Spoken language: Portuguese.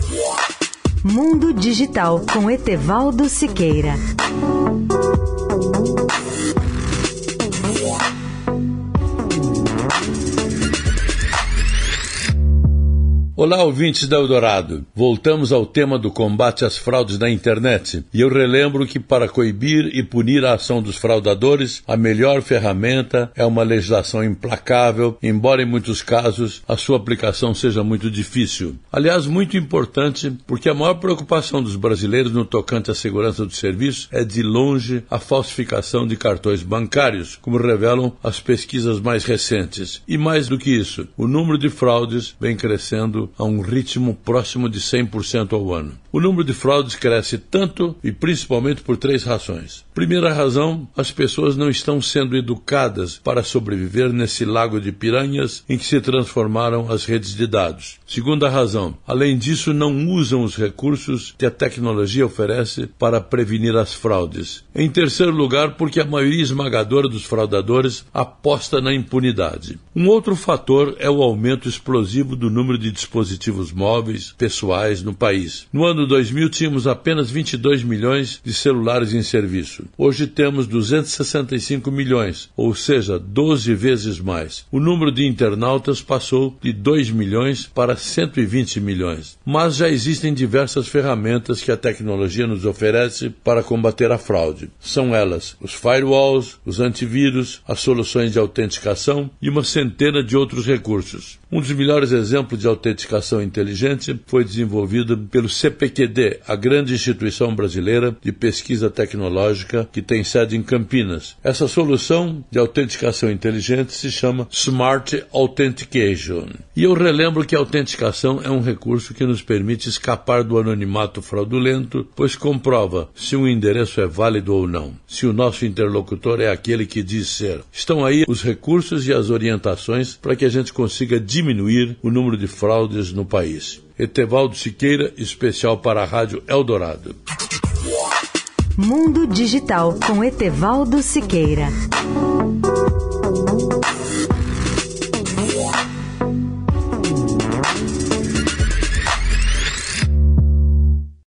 Mundo Digital com Etevaldo Siqueira. Olá, ouvintes da Eldorado. Voltamos ao tema do combate às fraudes na internet. E eu relembro que para coibir e punir a ação dos fraudadores, a melhor ferramenta é uma legislação implacável, embora em muitos casos a sua aplicação seja muito difícil. Aliás, muito importante, porque a maior preocupação dos brasileiros no tocante à segurança do serviço é de longe a falsificação de cartões bancários, como revelam as pesquisas mais recentes. E mais do que isso, o número de fraudes vem crescendo a um ritmo próximo de 100% ao ano. O número de fraudes cresce tanto e principalmente por 3 razões. Primeira razão, as pessoas não estão sendo educadas para sobreviver nesse lago de piranhas em que se transformaram as redes de dados. Segunda razão, além disso, não usam os recursos que a tecnologia oferece para prevenir as fraudes. Em terceiro lugar, porque a maioria esmagadora dos fraudadores aposta na impunidade. Um outro fator é o aumento explosivo do número de dispositivos móveis pessoais no país. No ano 2000 tínhamos apenas 22 milhões de celulares em serviço. Hoje temos 265 milhões, ou seja, 12 vezes mais. O número de internautas passou de 2 milhões para 120 milhões. Mas já existem diversas ferramentas que a tecnologia nos oferece para combater a fraude. São elas os firewalls, os antivírus, as soluções de autenticação e uma centena de outros recursos. Um dos melhores exemplos de autenticação inteligente foi desenvolvido pelo CPQD, a grande instituição brasileira de pesquisa tecnológica que tem sede em Campinas. Essa solução de autenticação inteligente se chama Smart Authentication. E eu relembro que a autenticação é um recurso que nos permite escapar do anonimato fraudulento, pois comprova se um endereço é válido ou não, se o nosso interlocutor é aquele que diz ser. Estão aí os recursos e as orientações para que a gente consiga diminuir o número de fraudes no país. Etevaldo Siqueira, especial para a Rádio Eldorado. Mundo Digital com Etevaldo Siqueira.